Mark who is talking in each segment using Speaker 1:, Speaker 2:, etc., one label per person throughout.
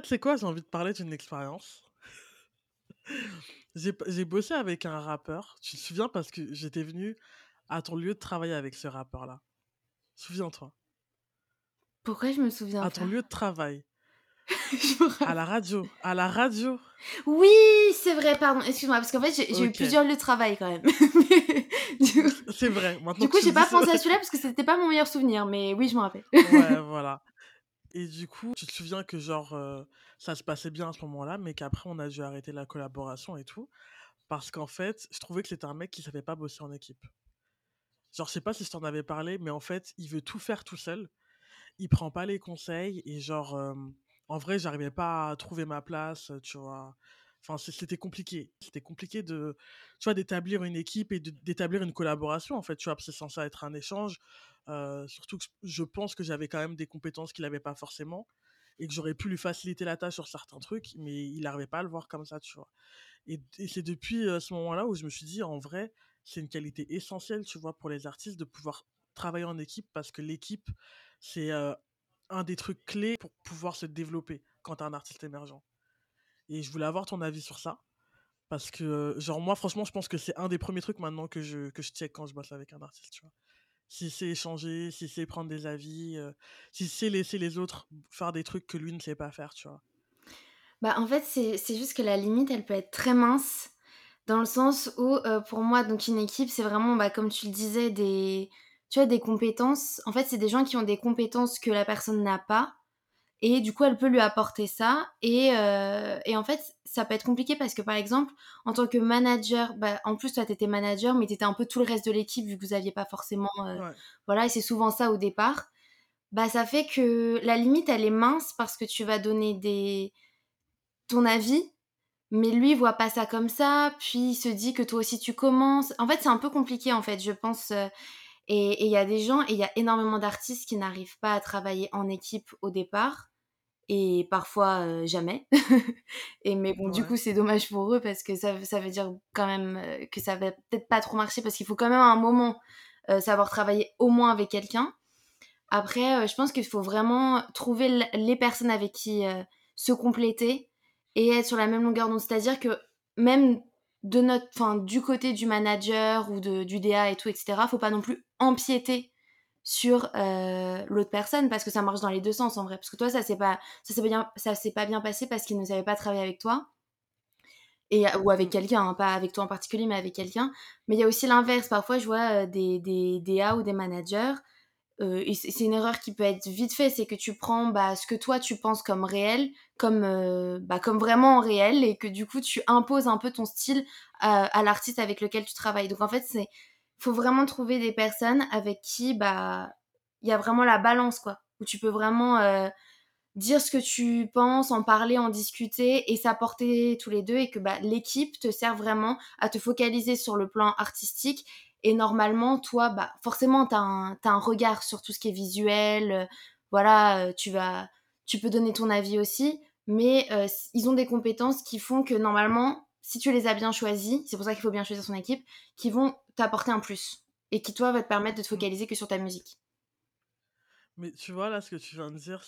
Speaker 1: fait, c'est quoi? J'ai envie de parler d'une expérience. J'ai bossé avec un rappeur. Tu te souviens parce que j'étais venu à ton lieu de travail avec ce rappeur-là. Souviens-toi.
Speaker 2: Pourquoi je me souviens
Speaker 1: À ton
Speaker 2: pas?
Speaker 1: lieu de travail,
Speaker 2: Je me
Speaker 1: à
Speaker 2: rappelle.
Speaker 1: la radio, à la radio.
Speaker 2: Oui, c'est vrai, pardon, excuse-moi, parce qu'en fait, j'ai eu
Speaker 1: OK.
Speaker 2: plusieurs lieux de travail quand même. Mais du
Speaker 1: C'est vrai, maintenant
Speaker 2: du
Speaker 1: que
Speaker 2: coup,
Speaker 1: tu
Speaker 2: j'ai
Speaker 1: le dis,
Speaker 2: pas
Speaker 1: c'est
Speaker 2: pensé à
Speaker 1: vrai.
Speaker 2: celui-là parce que c'était pas mon meilleur souvenir, mais oui, je m'en rappelle.
Speaker 1: Ouais, voilà. Et du coup, tu te souviens que genre, ça se passait bien à ce moment-là, mais qu'après on a dû arrêter la collaboration et tout, parce qu'en fait, je trouvais que c'était un mec qui savait pas bosser en équipe. Genre, je sais pas si je t'en avais parlé, mais en fait, il veut tout faire tout seul. Il prend pas les conseils et genre, en vrai, j'arrivais pas à trouver ma place, tu vois? Enfin, c'était compliqué. C'était compliqué de, tu vois, d'établir une équipe et d'établir une collaboration, en fait, tu vois? Parce que c'est censé être un échange, surtout que je pense que j'avais quand même des compétences qu'il avait pas forcément et que j'aurais pu lui faciliter la tâche sur certains trucs, mais il arrivait pas à le voir comme ça, tu vois? Et c'est depuis, ce moment-là où je me suis dit: «En vrai, c'est une qualité essentielle», tu vois, pour les artistes de pouvoir travailler en équipe parce que l'équipe, c'est, un des trucs clés pour pouvoir se développer quand tu es un artiste émergent. Et je voulais avoir ton avis sur ça parce que, genre moi franchement, je pense que c'est un des premiers trucs maintenant que je check quand je bosse avec un artiste, tu vois? Si c'est échanger, si c'est prendre des avis, si c'est laisser les autres faire des trucs que lui ne sait pas faire, tu vois?
Speaker 2: Bah, en fait, c'est juste que la limite, elle peut être très mince dans le sens où, pour moi, donc une équipe, c'est vraiment, bah, comme tu le disais, des tu vois, des compétences. En fait, c'est des gens qui ont des compétences que la personne n'a pas. Et du coup, elle peut lui apporter ça et en fait, ça peut être compliqué parce que, par exemple, en tant que manager, bah, en plus, toi, tu étais manager, mais tu étais un peu tout le reste de l'équipe vu que vous aviez pas forcément,
Speaker 1: Ouais,
Speaker 2: voilà et c'est souvent ça au départ. Bah, ça fait que la limite, elle est mince parce que tu vas donner ton avis, mais lui, il voit pas ça comme ça, puis il se dit que toi aussi tu commences. En fait, c'est un peu compliqué, en fait, je pense, et il y a des gens et il y a énormément d'artistes qui n'arrivent pas à travailler en équipe au départ et parfois, jamais. Et mais bon, du
Speaker 1: ouais,
Speaker 2: coup, c'est dommage pour eux parce que ça veut dire quand même, que ça va peut-être pas trop marcher parce qu'il faut quand même à un moment, savoir travailler au moins avec quelqu'un. Après, je pense qu'il faut vraiment trouver les personnes avec qui, se compléter et être sur la même longueur d'onde. C'est-à-dire que même de notre enfin, du côté du manager ou du DA et tout et cetera, faut pas non plus empiéter sur, l'autre personne parce que ça marche dans les 2 sens en vrai. Parce que toi, ça s'est pas bien passé parce qu'il ne savait pas travailler avec toi et ou avec
Speaker 1: mmh,
Speaker 2: quelqu'un, hein, pas avec toi en particulier, mais avec quelqu'un. Mais il y a aussi l'inverse. Parfois, je vois, des DA ou des managers, et c'est une erreur qui peut être vite fait, c'est que tu prends, bah, ce que toi tu penses comme réel, comme, bah, comme vraiment réel et que du coup tu imposes un peu ton style à l'artiste avec lequel tu travailles. Donc en fait, c'est faut vraiment trouver des personnes avec qui, bah, il y a vraiment la balance quoi, où tu peux vraiment, dire ce que tu penses, en parler, en discuter et s'apporter tous les 2 et que, bah, l'équipe te sert vraiment à te focaliser sur le plan artistique et normalement, toi, bah, forcément, tu un regard sur tout ce qui est visuel, voilà, tu peux donner ton avis aussi, mais ils ont des compétences qui font que normalement, si tu les as bien choisis, c'est pour ça qu'il faut bien choisir son équipe, qui vont t'apporter un plus et qui, toi, va te permettre de te
Speaker 1: mmh.
Speaker 2: focaliser que sur ta musique.
Speaker 1: Mais tu vois, là, ce que tu viens de dire,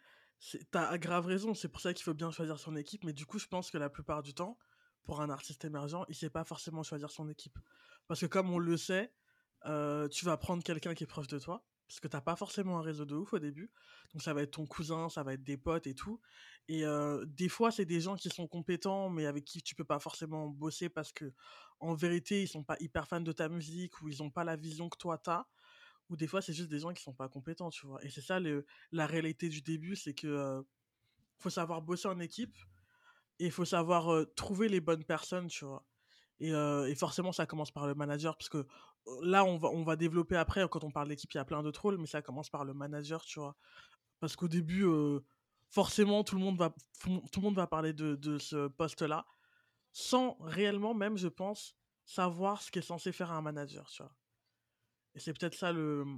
Speaker 1: tu grave raison. C'est pour ça qu'il faut bien choisir son équipe. Mais du coup, je pense que la plupart du temps, pour un artiste émergent, il sait pas forcément choisir son équipe. Parce que comme on le sait, tu vas prendre quelqu'un qui est proche de toi. Parce que t'as pas forcément un réseau de ouf au début. Donc ça va être ton cousin, ça va être des potes et tout. Et des fois, c'est des gens qui sont compétents, mais avec qui tu peux pas forcément bosser parce que, en vérité, ils sont pas hyper fans de ta musique ou ils ont pas la vision que toi t'as. Ou des fois, c'est juste des gens qui sont pas compétents, tu vois? Et c'est ça la réalité du début, c'est que, faut savoir bosser en équipe et il faut savoir, trouver les bonnes personnes, tu vois? Et forcément, ça commence par le manager parce que, là, on va développer après, quand on parle d'équipe, il y a plein d'autres rôles, mais ça commence par le manager, tu vois? Parce qu'au début, forcément, tout le monde va parler de ce poste-là, sans réellement même, je pense, savoir ce qu'est censé faire un manager, tu vois? Et c'est peut-être ça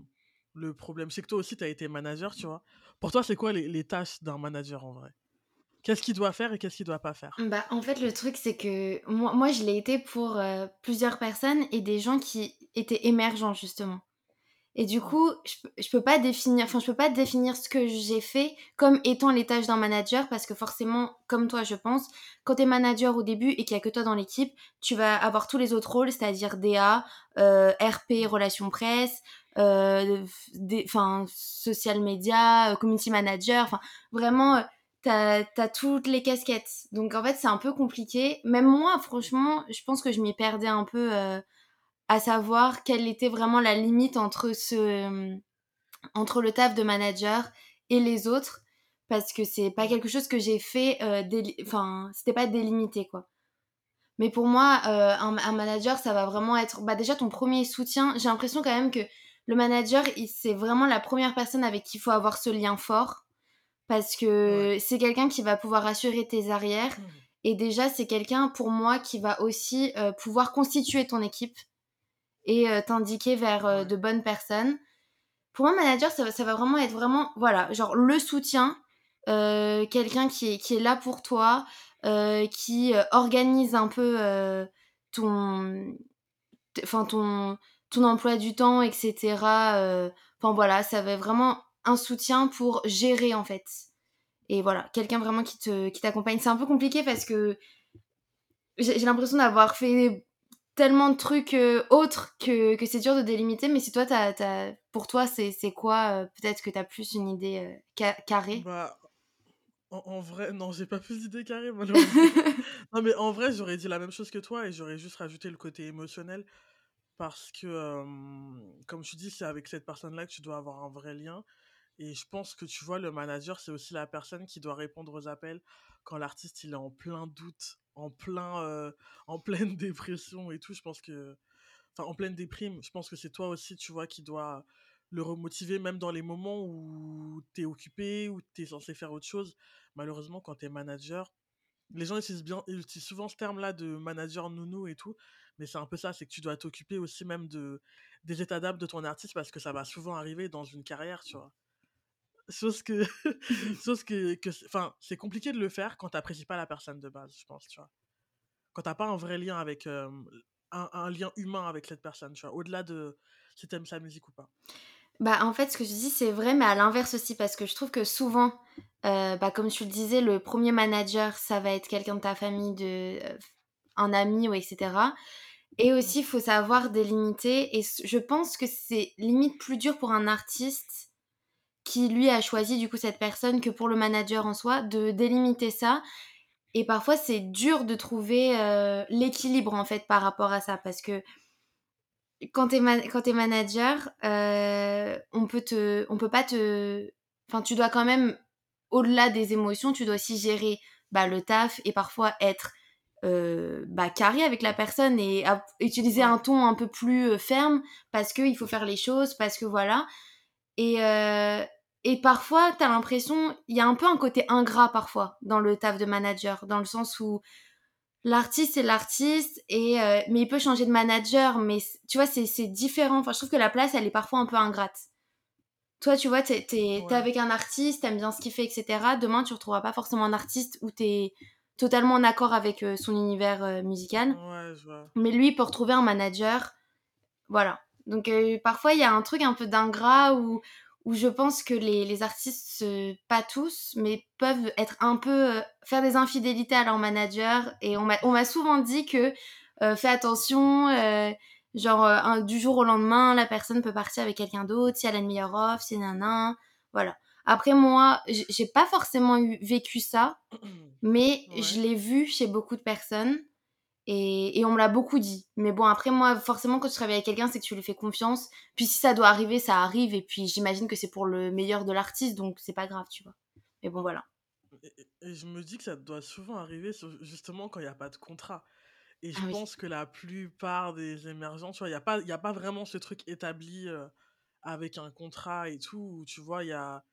Speaker 1: le problème. C'est que toi aussi, tu as été manager, tu vois. Pour toi, c'est quoi les tâches d'un manager en vrai? Qu'est-ce qu'il doit faire et qu'est-ce qu'il doit pas faire?
Speaker 2: Bah, en fait, le truc, c'est que moi, je l'ai été pour, plusieurs personnes et des gens qui étaient émergents, justement. Et du
Speaker 1: Mmh.
Speaker 2: coup, je peux pas définir ce que j'ai fait comme étant les tâches d'un manager parce que forcément, comme toi, je pense, quand tu es manager au début et qu'il y a que toi dans l'équipe, tu vas avoir tous les autres rôles, c'est-à-dire DA, RP,
Speaker 1: Mmh.
Speaker 2: relations presse, social media, community manager, enfin vraiment, tu toutes les casquettes. Donc en fait, c'est un peu compliqué. Même moi, franchement, je pense que je m'y perdais un peu, à savoir quelle était vraiment la limite entre le taf de manager et les autres, parce que c'est pas
Speaker 1: Mmh.
Speaker 2: quelque chose que j'ai fait, c'était pas délimité, quoi. Mais pour moi, un manager, ça va vraiment être, bah, déjà ton premier soutien. J'ai l'impression quand même que le manager, c'est vraiment la première personne avec qui il faut avoir ce lien fort, parce
Speaker 1: Ouais.
Speaker 2: que c'est quelqu'un qui va pouvoir assurer tes arrières
Speaker 1: Mmh.
Speaker 2: et déjà, c'est quelqu'un, pour moi, qui va aussi, pouvoir constituer ton équipe et t'indiquer vers,
Speaker 1: Ouais.
Speaker 2: de bonnes personnes. Pour moi, manager, ça va vraiment être vraiment, voilà, genre le soutien, quelqu'un qui est là pour toi, qui, organise un peu, ton ton emploi du temps et cetera, enfin voilà, ça va être vraiment un soutien pour gérer, en fait et voilà, quelqu'un vraiment qui t'accompagne. C'est un peu compliqué parce que j'ai l'impression d'avoir fait tellement de trucs, autres que c'est dur de délimiter, mais si toi pour toi, c'est quoi, peut-être que tu as plus une idée, carrée?
Speaker 1: Bah, en vrai, non, j'ai pas plus d'idées carrées malheureusement. Non, mais en vrai, j'aurais dit la même chose que toi et j'aurais juste rajouté le côté émotionnel parce que, comme tu dis, c'est avec cette personne-là que tu dois avoir un vrai lien et je pense que, tu vois, le manager, c'est aussi la personne qui doit répondre aux appels quand l'artiste, il est en plein doute, en pleine dépression et tout. Je pense que enfin, en pleine déprime, je pense que c'est toi aussi, tu vois, qui dois le remotiver, même dans les moments où t'es occupé, où t'es censé faire autre chose. Malheureusement, quand t'es manager, les gens utilisent souvent ce terme-là de manager nounou et tout, mais c'est un peu ça, c'est que tu dois t'occuper aussi même des états d'âme de ton artiste parce que ça va souvent arriver dans une carrière, tu vois. Chose que, enfin, c'est compliqué de le faire quand t'apprécies pas la personne de base, je pense, tu vois. Quand t'as pas un vrai lien avec, un lien humain avec cette personne, tu vois, au-delà de si t'aimes sa musique ou pas.
Speaker 2: Bah, en fait, ce que tu dis, c'est vrai, mais à l'inverse aussi, parce que je trouve que souvent, bah, comme tu le disais, le premier manager, ça va être quelqu'un de ta famille, un ami ou et cetera et
Speaker 1: Mmh.
Speaker 2: aussi, il faut savoir délimiter et je pense que c'est limite plus dur pour un artiste qui, lui, a choisi, du coup, cette personne que pour le manager en soi, de délimiter ça et parfois, c'est dur de trouver, l'équilibre, en fait, par rapport à ça parce que quand tu manager, on peut pas te enfin, tu dois quand même, au-delà des émotions, tu dois aussi gérer, bah, le taf et parfois être, bah, carré avec la personne et utiliser
Speaker 1: Ouais,
Speaker 2: un ton un peu plus, ferme parce qu'il faut faire les choses, parce que voilà et parfois, tu as l'impression il y a un peu un côté ingrat parfois dans le taf de manager, dans le sens où l'artiste, c'est l'artiste et mais il peut changer de manager, mais tu vois, c'est différent. Enfin, je trouve que la place, elle est parfois un peu ingrate. Toi, tu vois, tu
Speaker 1: ouais,
Speaker 2: avec un artiste, tu aimes bien ce qu'il fait et cetera. Demain, tu retrouveras pas forcément un artiste où tu es totalement en accord avec, son univers, musical.
Speaker 1: ouais, je vois.
Speaker 2: Mais lui, il peut retrouver un manager, voilà. Donc parfois, il y a un truc un peu d'ingrat où je pense que les artistes, pas tous, mais peuvent être un peu, faire des infidélités à leur manager et on m'a souvent dit que, «Fais attention, genre, du jour au lendemain, la personne peut partir avec quelqu'un d'autre, si elle a une meilleure offre, si nin voilà. Après moi, j'ai pas forcément vécu ça, mais je
Speaker 1: Ouais.
Speaker 2: l'ai vu chez beaucoup de personnes et on me l'a beaucoup dit. Mais bon, après moi, forcément, quand tu travailles avec quelqu'un, c'est que tu lui fais confiance. Puis si ça doit arriver, ça arrive. Et puis j'imagine que c'est pour le meilleur de l'artiste, donc c'est pas grave, tu vois. Mais bon, voilà.
Speaker 1: Et je me dis que ça doit souvent arriver justement quand il y a pas de contrat et
Speaker 2: Ah
Speaker 1: je
Speaker 2: oui.
Speaker 1: pense que la plupart des émergents, tu vois, il y a pas vraiment ce truc établi, avec un contrat et tout où tu vois,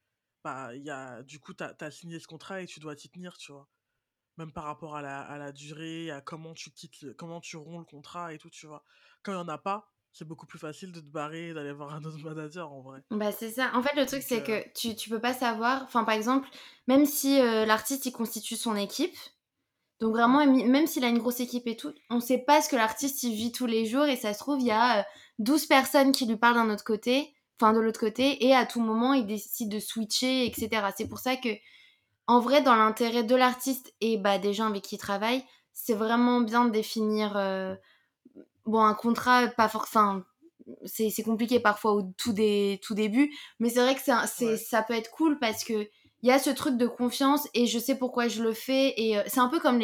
Speaker 1: il y a du coup, tu as signé ce contrat et tu dois t'y tenir, tu vois? Même par rapport à la durée, à comment tu romps le contrat et tout, tu vois? Quand il y en a pas, c'est beaucoup plus facile de te barrer et d'aller voir un autre manager en vrai.
Speaker 2: Bah, c'est ça. En fait, le truc,
Speaker 1: Donc
Speaker 2: c'est que tu peux pas savoir. Enfin, par exemple, même si l'artiste il constitue son équipe, donc
Speaker 1: mmh,
Speaker 2: vraiment, même s'il a une grosse équipe et tout, on sait pas ce que l'artiste il vit tous les jours et ça se trouve, il y a 12 personnes qui lui parlent d'un autre côté. enfin de l'autre côté, et à tout moment, il décide de switcher, et cetera. C'est pour ça que, en vrai, dans l'intérêt de l'artiste et bah, des gens avec qui il travaille, c'est vraiment bien de définir, bon, un contrat, pas forcément. C'est compliqué parfois au tout début, mais c'est vrai que
Speaker 1: Ouais,
Speaker 2: ça peut être cool parce que il y a ce truc de confiance et je sais pourquoi je le fais, et c'est un peu comme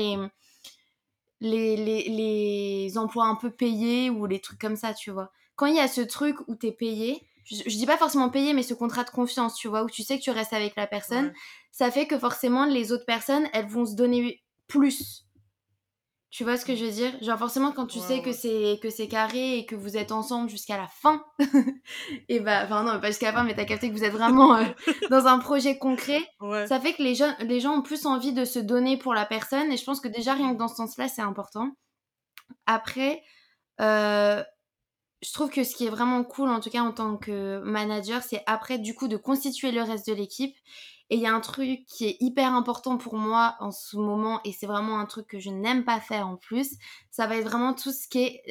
Speaker 2: les emplois un peu payés ou les trucs comme ça, tu vois. Quand il y a ce truc où t'es payé, je dis pas forcément payé, mais ce contrat de confiance, tu vois, où tu sais que tu restes avec la personne,
Speaker 1: ouais,
Speaker 2: ça fait que forcément les autres personnes, elles vont se donner plus. Tu vois ce que
Speaker 1: mm,
Speaker 2: je veux dire? Genre forcément quand tu
Speaker 1: ouais,
Speaker 2: sais
Speaker 1: ouais.
Speaker 2: que c'est carré et que vous êtes ensemble jusqu'à la fin, et bah, enfin non, pas jusqu'à la fin, mais t'as capté que vous êtes vraiment dans un projet concret,
Speaker 1: Ouais.
Speaker 2: ça fait que les gens ont plus envie de se donner pour la personne, et je pense que déjà rien que
Speaker 1: Mm.
Speaker 2: dans ce sens-là, c'est important. Après, euh, je trouve que ce qui est vraiment cool, en tout cas en tant que manager, c'est après du coup de constituer le reste de l'équipe. Et il y a un truc qui est hyper important pour moi en ce moment, et c'est vraiment un truc que je n'aime pas faire en plus, ça va être vraiment tout ce qui est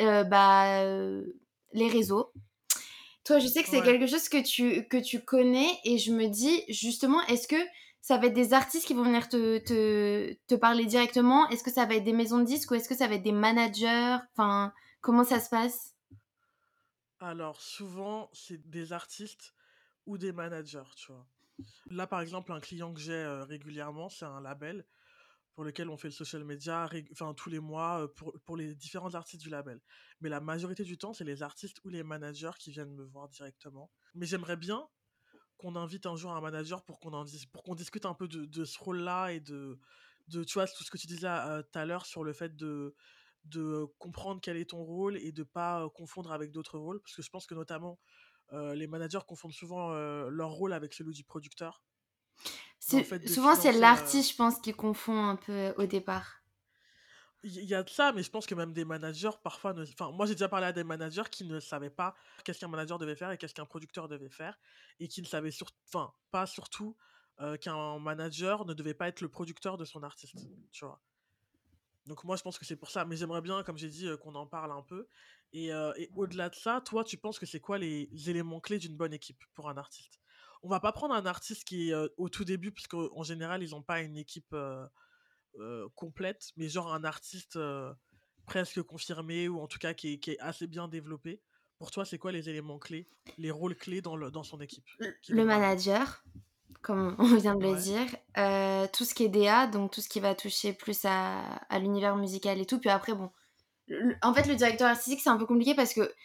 Speaker 2: les réseaux. Toi, je sais que c'est
Speaker 1: Ouais.
Speaker 2: quelque chose que tu connais, et je me dis justement, est-ce que ça va être des artistes qui vont venir te parler directement? Est-ce que ça va être des maisons de disques, ou est-ce que ça va être des managers? Enfin, comment ça se passe?
Speaker 1: Alors, souvent, c'est des artistes ou des managers, tu vois. Là, par exemple, un client que j'ai régulièrement, c'est un label pour lequel on fait le social media enfin, tous les mois pour les différents artistes du label. Mais la majorité du temps, c'est les artistes ou les managers qui viennent me voir directement. Mais j'aimerais bien qu'on invite un jour un manager pour pour qu'on discute un peu de ce rôle-là et tu vois, tout ce que tu disais tout à l'heure sur le fait de comprendre quel est ton rôle et de pas confondre avec d'autres rôles. Parce que je pense que notamment, les managers confondent souvent leur rôle avec celui du producteur dans le fait de
Speaker 2: Souvent, c'est
Speaker 1: financer.
Speaker 2: l'artiste, je pense, qui confond un peu au départ.
Speaker 1: Il y a de ça, mais je pense que même des managers, parfois, enfin, moi j'ai déjà parlé à des managers qui ne savaient pas qu'est-ce qu'un manager devait faire et qu'est-ce qu'un producteur devait faire, et qui ne savaient enfin, pas surtout qu'un manager ne devait pas être le producteur de son artiste, tu vois. Donc moi je pense que c'est pour ça, mais j'aimerais bien, comme j'ai dit, qu'on en parle un peu. Et au-delà de ça, toi, tu penses que c'est quoi les éléments clés d'une bonne équipe pour un artiste? On va pas prendre un artiste qui est au tout début, parce qu'en général, ils n'ont pas une équipe complète, mais genre un artiste presque confirmé, ou en tout cas qui est assez bien développé. Pour toi, c'est quoi les éléments clés, les rôles clés dans son équipe qu'il
Speaker 2: Le
Speaker 1: devrait avoir?
Speaker 2: manager, comme on vient de le
Speaker 1: Ouais,
Speaker 2: dire, tout ce qui est DA, donc tout ce qui va toucher plus à l'univers musical et tout. Puis après, bon, en fait, le directeur artistique, c'est un peu compliqué parce que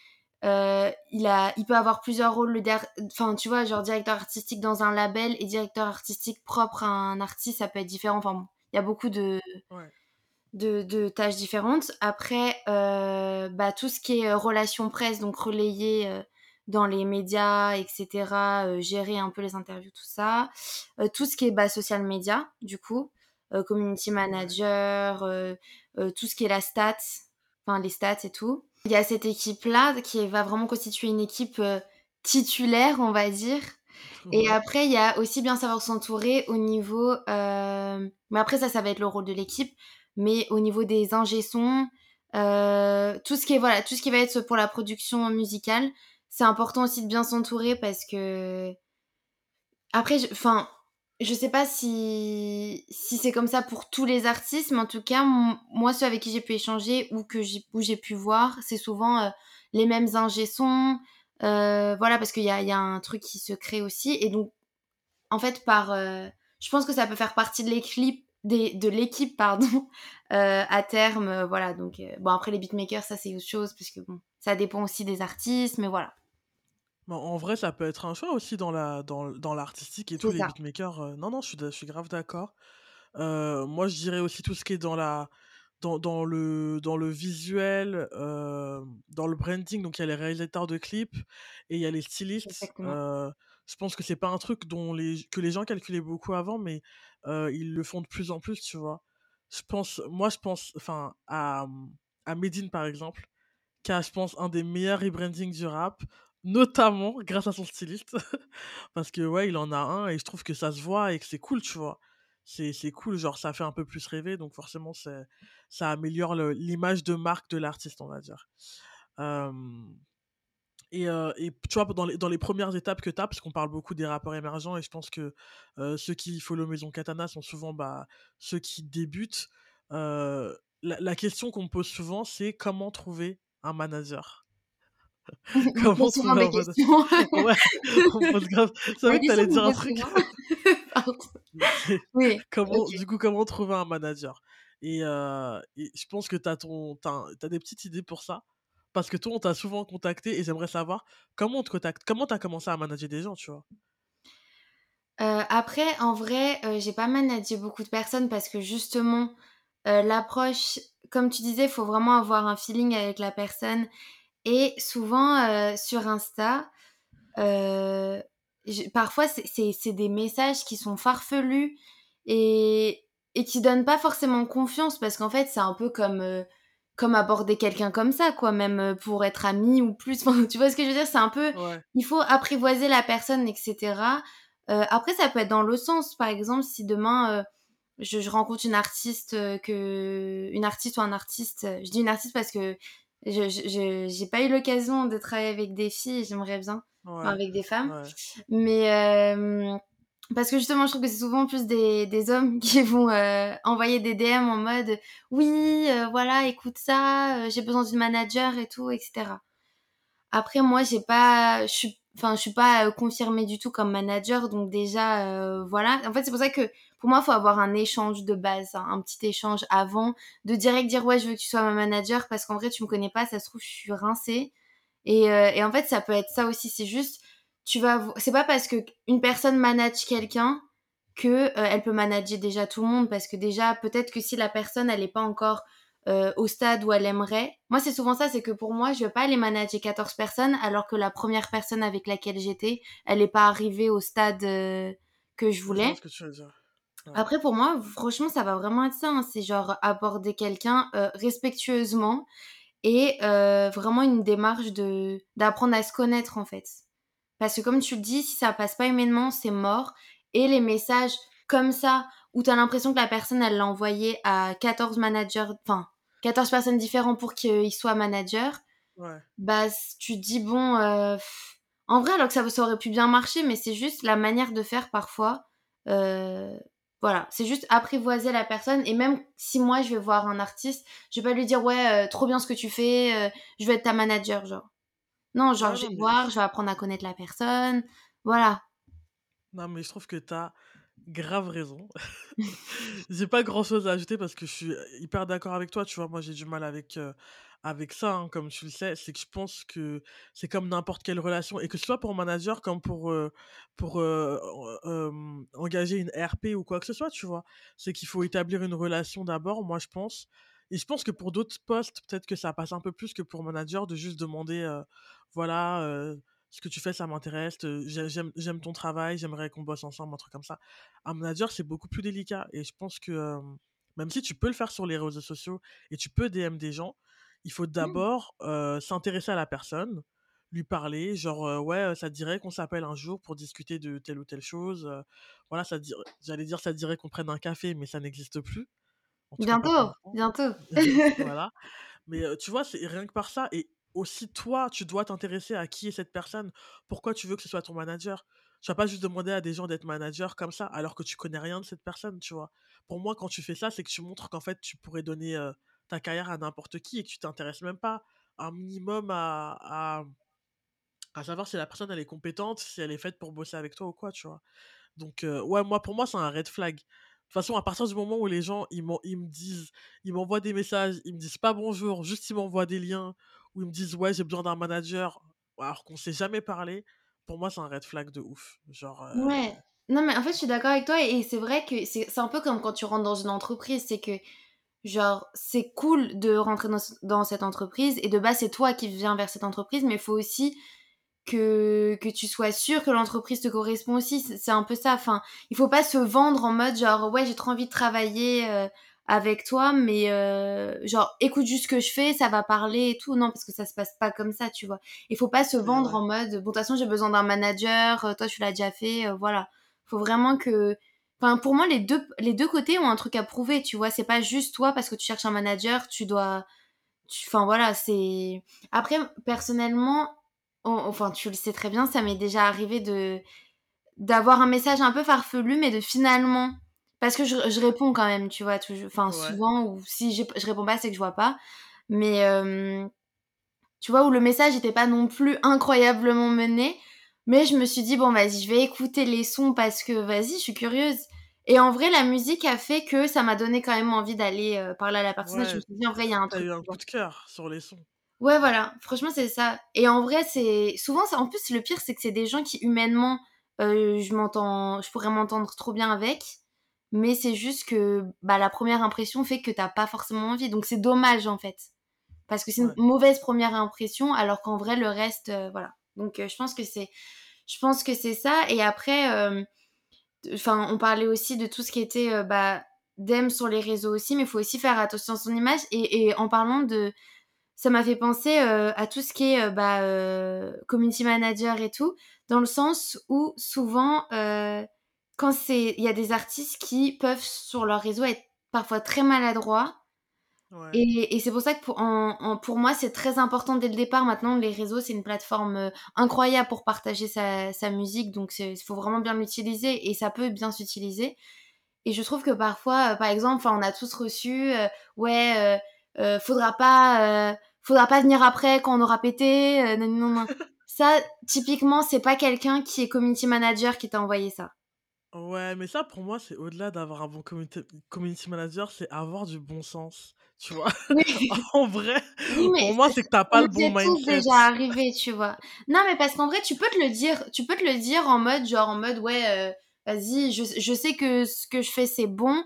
Speaker 2: il peut avoir plusieurs rôles. Enfin, tu vois, genre directeur artistique dans un label et directeur artistique propre à un artiste, ça peut être différent. Enfin, bon, il y a beaucoup
Speaker 1: ouais,
Speaker 2: de tâches différentes. Après, bah, tout ce qui est relations presse, donc relayer dans les médias, etc., gérer un peu les interviews, tout ça. Tout ce qui est bah, social media, du coup, community
Speaker 1: ouais,
Speaker 2: manager, tout ce qui est la stats, enfin les stats et tout. Il y a cette équipe-là qui va vraiment constituer une équipe titulaire, on va dire. Et
Speaker 1: ouais,
Speaker 2: après, il y a aussi bien savoir s'entourer au niveau, mais après ça va être le rôle de l'équipe, mais au niveau des ingé sons, tout ce qui est voilà, tout ce qui va être pour la production musicale, c'est important aussi de bien s'entourer parce que après enfin, je sais pas si c'est comme ça pour tous les artistes, mais en tout cas, moi ceux avec qui j'ai pu échanger ou où j'ai pu voir, c'est souvent, les mêmes ingé sons, voilà, parce qu'il y a un truc qui se crée aussi, et donc en fait, je pense que ça peut faire partie de l'équipe, pardon, à terme, voilà. Donc, bon, après les beatmakers, ça c'est autre chose, puisque bon, ça dépend aussi des artistes, mais voilà,
Speaker 1: bon, en vrai, ça peut être un choix aussi dans l'artistique et tous
Speaker 2: c'est
Speaker 1: les
Speaker 2: ça.
Speaker 1: beatmakers. Non, non, je suis grave d'accord. Moi, je dirais aussi tout ce qui est dans le visuel, dans le branding. Donc, il y a les réalisateurs de clips et il y a les stylistes.
Speaker 2: Exactement.
Speaker 1: Je pense que c'est pas un truc que les gens calculaient beaucoup avant, mais ils le font de plus en plus, tu vois. Je pense, enfin, à Medine, par exemple, qui a, je pense, un des meilleurs rebrandings du rap, notamment grâce à son styliste. Parce que, ouais, il en a un et je trouve que ça se voit et que c'est cool, tu vois. C'est cool, genre, ça fait un peu plus rêver, donc forcément, ça améliore l'image de marque de l'artiste, on va dire. Euh, Et tu vois, dans les premières étapes que tu as, parce qu'on parle beaucoup des rappeurs émergents et je pense que, ceux qui follow Maison Katana sont souvent, bah, ceux qui débutent. La question qu'on me pose souvent, c'est: «Comment trouver un manager?»
Speaker 2: On me
Speaker 1: Comment
Speaker 2: pose souvent
Speaker 1: trouver
Speaker 2: des
Speaker 1: un mana
Speaker 2: questions.
Speaker 1: Ouais, on me pose grave. Je
Speaker 2: C'est la
Speaker 1: savais que tu
Speaker 2: question
Speaker 1: allais
Speaker 2: qu'on
Speaker 1: dire
Speaker 2: me
Speaker 1: un
Speaker 2: pose
Speaker 1: truc.
Speaker 2: souvent. Pardon.
Speaker 1: C'est
Speaker 2: Oui, OK.
Speaker 1: comment trouver un manager? Et je pense que tu as des petites idées pour ça? Parce que toi, on t'a souvent contacté et j'aimerais savoir comment on te contacte? Comment tu as commencé à manager des gens, tu vois?
Speaker 2: Après, en vrai, j'ai pas managé beaucoup de personnes parce que justement, l'approche, comme tu disais, faut vraiment avoir un feeling avec la personne et souvent, sur Insta, heu, parfois c'est des messages qui sont farfelus et qui donnent pas forcément confiance parce qu'en fait, c'est un peu comme aborder quelqu'un comme ça quoi, même, pour être ami ou plus. Enfin, tu vois ce que je veux dire? C'est un peu
Speaker 1: Ouais,
Speaker 2: il faut apprivoiser la personne et cetera. Après ça peut être dans l'autre sens. Par exemple, si demain, je rencontre une artiste ou un artiste, je dis une artiste parce que j'ai pas eu l'occasion de travailler avec des filles et j'aimerais bien, enfin
Speaker 1: ouais,
Speaker 2: avec des femmes.
Speaker 1: ouais.
Speaker 2: Mais parce que justement, je trouve que c'est souvent plus des hommes qui vont, envoyer des DM en mode: «Oui, voilà, écoute ça, j'ai besoin d'une manager et tout» et cetera. Après moi, je suis pas, confirmée du tout comme manager donc déjà, voilà. En fait, c'est pour ça que pour moi, il faut avoir un échange de base, un petit échange avant de direct dire: «Ouais, je veux que tu sois ma manager» parce qu'en vrai, tu me connais pas, ça se trouve, je suis rincée et en fait, ça peut être ça aussi. C'est juste, c'est pas parce que une personne manage quelqu'un que, elle peut manager déjà tout le monde parce que déjà, peut-être que si la personne, elle est pas encore, au stade où elle aimerait moi, c'est souvent ça, c'est que pour moi, je veux pas aller manager 14 personnes alors que la première personne avec laquelle j'étais, elle est pas arrivée au stade, que je
Speaker 1: Je vois
Speaker 2: voulais.
Speaker 1: ce que tu veux dire. Ouais.
Speaker 2: Après pour moi, franchement, ça va vraiment être ça, hein, c'est genre aborder quelqu'un, respectueusement et vraiment une démarche d'apprendre à se connaître, en fait. Parce que comme tu le dis, si ça passe pas humainement, c'est mort et les messages comme ça, où tu as l'impression que la personne, elle l'a envoyé à 14 managers, enfin 14 personnes différentes pour qu'il soit manager,
Speaker 1: Ouais.
Speaker 2: bah, tu te dis: «Bon, en vrai, alors que ça aurait pu bien marcher», mais c'est juste la manière de faire parfois, heu, voilà. C'est juste apprivoiser la personne et même si moi, je vais voir un artiste, je vais pas lui dire: «Ouais, trop bien ce que tu fais, je veux être ta manager», genre. Non, genre,
Speaker 1: Ouais,
Speaker 2: je
Speaker 1: non,
Speaker 2: vais
Speaker 1: mais
Speaker 2: voir, je vais apprendre à connaître la personne, voilà.
Speaker 1: je trouve que tu as grave raison. J'ai pas grand-chose à ajouter parce que je suis hyper d'accord avec toi, tu vois? Moi, j'ai du mal avec ça, hein, comme tu le sais. C'est que je pense que c'est comme n'importe quelle relation et que ce soit pour manager comme pour engager une RP ou quoi que ce soit, tu vois? C'est qu'il faut établir une relation d'abord, moi, je pense. Et je pense que pour d'autres postes, peut-être que ça passe un peu plus que pour manager de juste demander, voilà, «Ce que tu fais, ça m'intéresse, j'aime ton travail, j'aimerais qu'on bosse ensemble», un truc comme ça. Un manager, c'est beaucoup plus délicat et je pense que, même si tu peux le faire sur les réseaux sociaux et tu peux DM des gens, il faut
Speaker 2: Mmh.
Speaker 1: d'abord, s'intéresser à la personne, lui parler, genre, «Ouais, ça te dirait qu'on s'appelle un jour pour discuter de telle ou telle chose?» Voilà, ça te dir j'allais dire: «Ça te dirait qu'on prenne un café?» mais ça n'existe plus, en tout cas pas pour
Speaker 2: Bientôt,
Speaker 1: l'instant.
Speaker 2: bientôt.
Speaker 1: Voilà. Mais, tu vois, c'est rien que par ça et aussi toi, tu dois t'intéresser à qui est cette personne. Pourquoi tu veux que ce soit ton manager? Tu vas pas juste demander à des gens d'être manager comme ça, alors que tu connais rien de cette personne, tu vois? Pour moi, quand tu fais ça, c'est que tu montres qu'en fait, tu pourrais donner, ta carrière à n'importe qui et que tu t'intéresses même pas un minimum à savoir si la personne, elle est compétente, si elle est faite pour bosser avec toi ou quoi, tu vois? Donc, ouais, pour moi, c'est un red flag. De toute façon, à partir du moment où les gens, ils m'envoient des messages, ils me disent pas bonjour, juste ils m'envoient des liens, ou ils me disent: «Ouais, j'ai besoin d'un manager», alors qu'on s'est jamais parlé, pour moi, c'est un red flag de ouf. Genre,
Speaker 2: Ouais. Non, mais en fait, je suis d'accord avec toi et c'est vrai que c'est un peu comme quand tu rentres dans une entreprise, c'est que, genre, c'est cool de rentrer dans cette entreprise et de base, c'est toi qui viens vers cette entreprise, mais il faut aussi que tu sois sûr que l'entreprise te correspond aussi. C'est un peu ça. Enfin, il faut pas se vendre en mode genre: «Ouais, j'ai trop envie de travailler, avec toi, mais genre écoute juste ce que je fais, ça va parler et tout». Non, parce que ça se passe pas comme ça, tu vois? Il faut pas se
Speaker 1: c'est
Speaker 2: vendre
Speaker 1: vrai.
Speaker 2: en mode: «Bon, de toute façon, j'ai besoin d'un manager, toi, tu l'as déjà fait, voilà». Faut vraiment que enfin, pour moi, les deux côtés ont un truc à prouver, tu vois? C'est pas juste toi, parce que tu cherches un manager, tu dois enfin, voilà, c'est après, personnellement, enfin, tu le sais très bien, ça m'est déjà arrivé d'avoir un message un peu farfelu, mais de finalement parce que je réponds quand même, tu vois? Touj enfin,
Speaker 1: Ouais,
Speaker 2: souvent ou si je réponds pas, c'est que je vois pas. Mais, tu vois? Où le message était pas non plus incroyablement mené, mais je me suis dit: «Bon vas-y, je vais écouter les sons parce que vas-y, je suis curieuse» et en vrai, la musique a fait que ça m'a donné quand même envie d'aller, parler à la personne et je me
Speaker 1: ouais,
Speaker 2: suis dit: «En vrai, il y a un
Speaker 1: tu
Speaker 2: truc»,
Speaker 1: eu un
Speaker 2: tu vois?
Speaker 1: coup de cœur sur les sons.
Speaker 2: Ouais, voilà, franchement, c'est ça et en vrai, c'est souvent ça en plus, le pire, c'est que c'est des gens qui humainement, je pourrais m'entendre trop bien avec, mais c'est juste que, bah, la première impression fait que tu as pas forcément envie, donc c'est dommage, en fait. Parce que c'est une
Speaker 1: Ouais,
Speaker 2: mauvaise première impression, alors qu'en vrai, le reste, voilà. Donc je pense que c'est ça et après, enfin, on parlait aussi de tout ce qui était, bah, d'em sur les réseaux aussi, mais il faut aussi faire attention à son image et en parlant de ça m'a fait penser, à tout ce qui est, bah, community manager et tout, dans le sens où souvent, quand il y a des artistes qui peuvent sur leur réseau être parfois très maladroits
Speaker 1: ouais,
Speaker 2: et c'est pour ça que pour moi, c'est très important dès le départ. Maintenant, les réseaux, c'est une plateforme, incroyable pour partager sa musique, donc faut vraiment bien l'utiliser et ça peut bien s'utiliser et je trouve que parfois, par exemple, enfin, on a tous reçu, ouais, faudra pas venir après quand on aura pété, nin. Ça, typiquement, c'est pas quelqu'un qui est community manager qui t'a envoyé ça.
Speaker 1: ouais, mais ça pour moi, c'est au-delà d'avoir un bon community manager, c'est avoir du bon sens, tu vois?
Speaker 2: Oui,
Speaker 1: En vrai,
Speaker 2: oui, mais
Speaker 1: pour moi, c'est que t'as
Speaker 2: ça
Speaker 1: pas le
Speaker 2: nous
Speaker 1: bon
Speaker 2: est tous
Speaker 1: mindset.
Speaker 2: déjà arrivé, tu vois? Non, mais parce qu'en vrai, tu peux te le dire en mode genre en mode: «Ouais, vas-y, je sais que ce que je fais, c'est bon,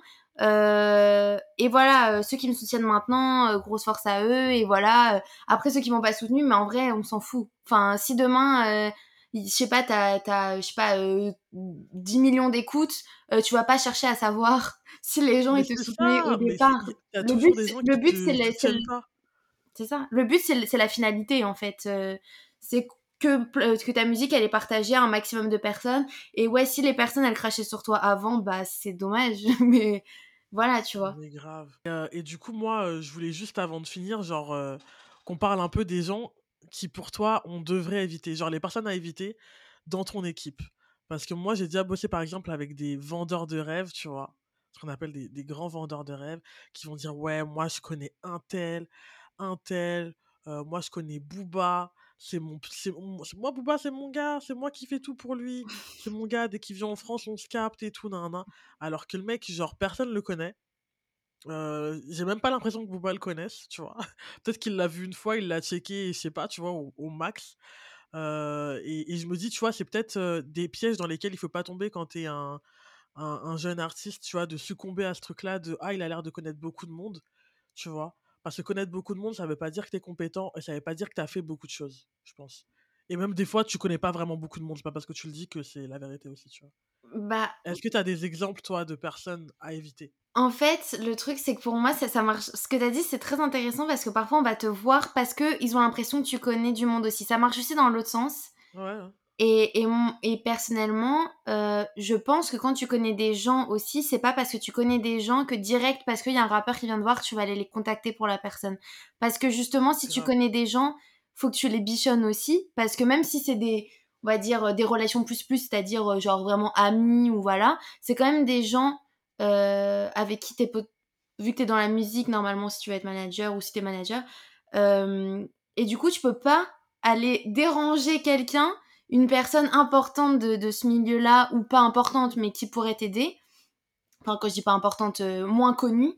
Speaker 2: et voilà, ceux qui me soutiennent maintenant, grosse force à eux et voilà, après ceux qui m'ont pas soutenu, mais en vrai, on s'en fout». Enfin, si demain, je sais pas, je sais pas, 10 000 000 d'écoutes, tu vas pas chercher à savoir si les gens,
Speaker 1: Mais
Speaker 2: ils te
Speaker 1: c'est
Speaker 2: soutenaient au
Speaker 1: ça, mais c'est
Speaker 2: départ.
Speaker 1: y a toujours des gens
Speaker 2: Le
Speaker 1: qui
Speaker 2: but,
Speaker 1: te soutiennent pas.
Speaker 2: c'est ça. Le but, c'est la finalité, en fait. C'est que ta musique, elle est partagée à un maximum de personnes. Et ouais, si les personnes, elles crachaient sur toi avant, bah, c'est dommage. Mais voilà, tu vois.
Speaker 1: Mais grave. Et du coup, moi, je voulais juste avant de finir, genre, qu'on parle un peu des gens qui, pour toi, on devrait éviter. Genre les personnes à éviter dans ton équipe. Parce que moi, j'ai déjà bossé, par exemple, avec des vendeurs de rêves, tu vois? Ce qu'on appelle des grands vendeurs de rêves qui vont dire: «Ouais, moi, je connais un tel, moi, je connais Booba, c'est moi Booba, c'est mon gars, c'est moi qui fais tout pour lui, c'est mon gars, dès qu'il vient en France, on se capte et tout, nin nin». Alors que le mec, genre, personne le connaît. J'ai même pas l'impression que Booba le connaisse, tu vois? Peut-être qu'il l'a vu une fois, il l'a checké, je sais pas, tu vois, au max. Et je me dis, tu vois, c'est peut-être, des pièges dans lesquels il faut pas tomber quand tu es un jeune artiste, tu vois? De succomber à ce truc-là de: «Ah, il a l'air de connaître beaucoup de monde», tu vois? Parce que connaître beaucoup de monde, ça veut pas dire que tu es compétent et ça veut pas dire que tu as fait beaucoup de choses, je pense. Et même des fois, tu connais pas vraiment beaucoup de monde, c'est pas parce que tu le dis que c'est la vérité aussi, tu vois?
Speaker 2: Bah,
Speaker 1: Est-ce que tu as des exemples, toi, de personnes à éviter?
Speaker 2: en fait, le truc, c'est que pour moi, ça marche. Ce que tu as dit, c'est très intéressant parce que parfois, on va te voir parce que ils ont l'impression que tu connais du monde aussi. Ça marche aussi dans l'autre sens.
Speaker 1: Ouais, hein.
Speaker 2: Et personnellement, je pense que quand tu connais des gens aussi, c'est pas parce que tu connais des gens que direct parce qu'il y a un rappeur qui vient te voir, tu vas aller les contacter pour la personne. Parce que justement, si tu
Speaker 1: Grave.
Speaker 2: connais des gens, faut que tu les bichonnes aussi, parce que même si c'est des on va dire, des relations plus plus, c'est-à-dire, genre vraiment amis ou voilà, c'est quand même des gens, avec qui tu vu que tu es dans la musique normalement si tu veux être manager ou si tu es manager, hem et du coup, tu peux pas aller déranger quelqu'un, une personne importante de ce milieu-là ou pas importante, mais qui pourrait t'aider. Enfin, quand je dis pas importante, moins connue,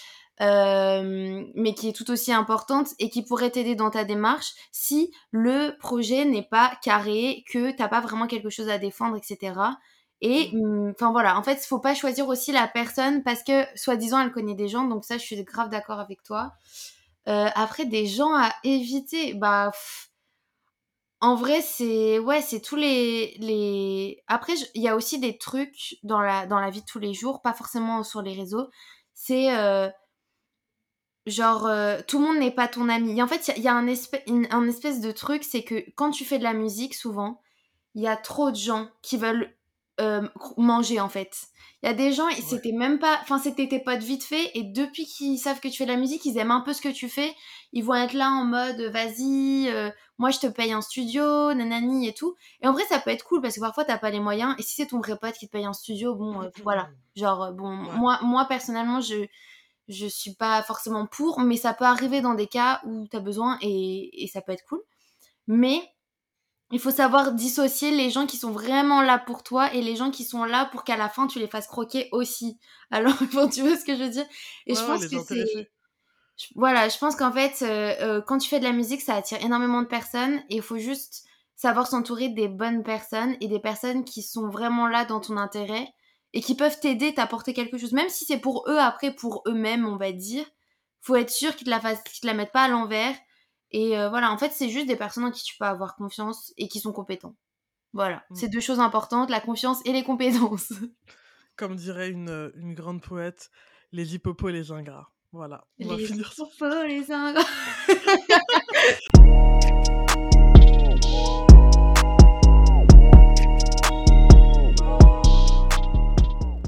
Speaker 2: mais qui est tout aussi importante et qui pourrait t'aider dans ta démarche si le projet n'est pas carré, que tu as pas vraiment quelque chose à défendre et cetera et
Speaker 1: Mmh.
Speaker 2: enfin voilà, en fait, il faut pas choisir aussi la personne parce que soi-disant elle connaît des gens, donc ça je suis grave d'accord avec toi. Après des gens à éviter, bah en vrai, c'est ouais, c'est tous les après il y a aussi des trucs dans la vie de tous les jours, pas forcément sur les réseaux. C'est, genre, tout le monde n'est pas ton ami. Et en fait, il y a un espèce de truc, c'est que quand tu fais de la musique, souvent, il y a trop de gens qui veulent, manger, en fait. Il y a des gens,
Speaker 1: Ouais.
Speaker 2: c'était même pas enfin, c'était tes potes vite fait et depuis qu'ils savent que tu fais de la musique, ils aiment un peu ce que tu fais. Ils vont être là en mode: «Vas-y, moi je te paye un studio, nanani et tout. Et en vrai, ça peut être cool parce que parfois t'as pas les moyens. Et si c'est ton vrai pote qui te paye un studio, bon, voilà. Genre, bon,
Speaker 1: Ouais.
Speaker 2: moi personnellement, je suis pas forcément pour, mais ça peut arriver dans des cas où t'as besoin et ça peut être cool. Mais il faut savoir dissocier les gens qui sont vraiment là pour toi et les gens qui sont là pour qu'à la fin tu les fasses croquer aussi. Alors, bon, tu vois ce que je veux dire? Et je
Speaker 1: Ouais, ouais,
Speaker 2: pense
Speaker 1: les
Speaker 2: que c'est
Speaker 1: intéressés.
Speaker 2: voilà, je pense qu'en fait, quand tu fais de la musique, ça attire énormément de personnes et il faut juste savoir s'entourer des bonnes personnes et des personnes qui sont vraiment là dans ton intérêt et qui peuvent t'aider, t'apporter quelque chose. Même si c'est pour eux après, pour eux-mêmes, on va dire, faut être sûr qu'ils te la mettent pas à l'envers et voilà, en fait, c'est juste des personnes en qui tu peux avoir confiance et qui sont compétents. Voilà,
Speaker 1: Mmh.
Speaker 2: c'est 2 choses importantes, la confiance et les compétences.
Speaker 1: Comme dirait une grande poète: «Les hippopos et les ingrats». Voilà, on va
Speaker 2: Les
Speaker 1: finir sur ça.
Speaker 2: histoires, les ingrats.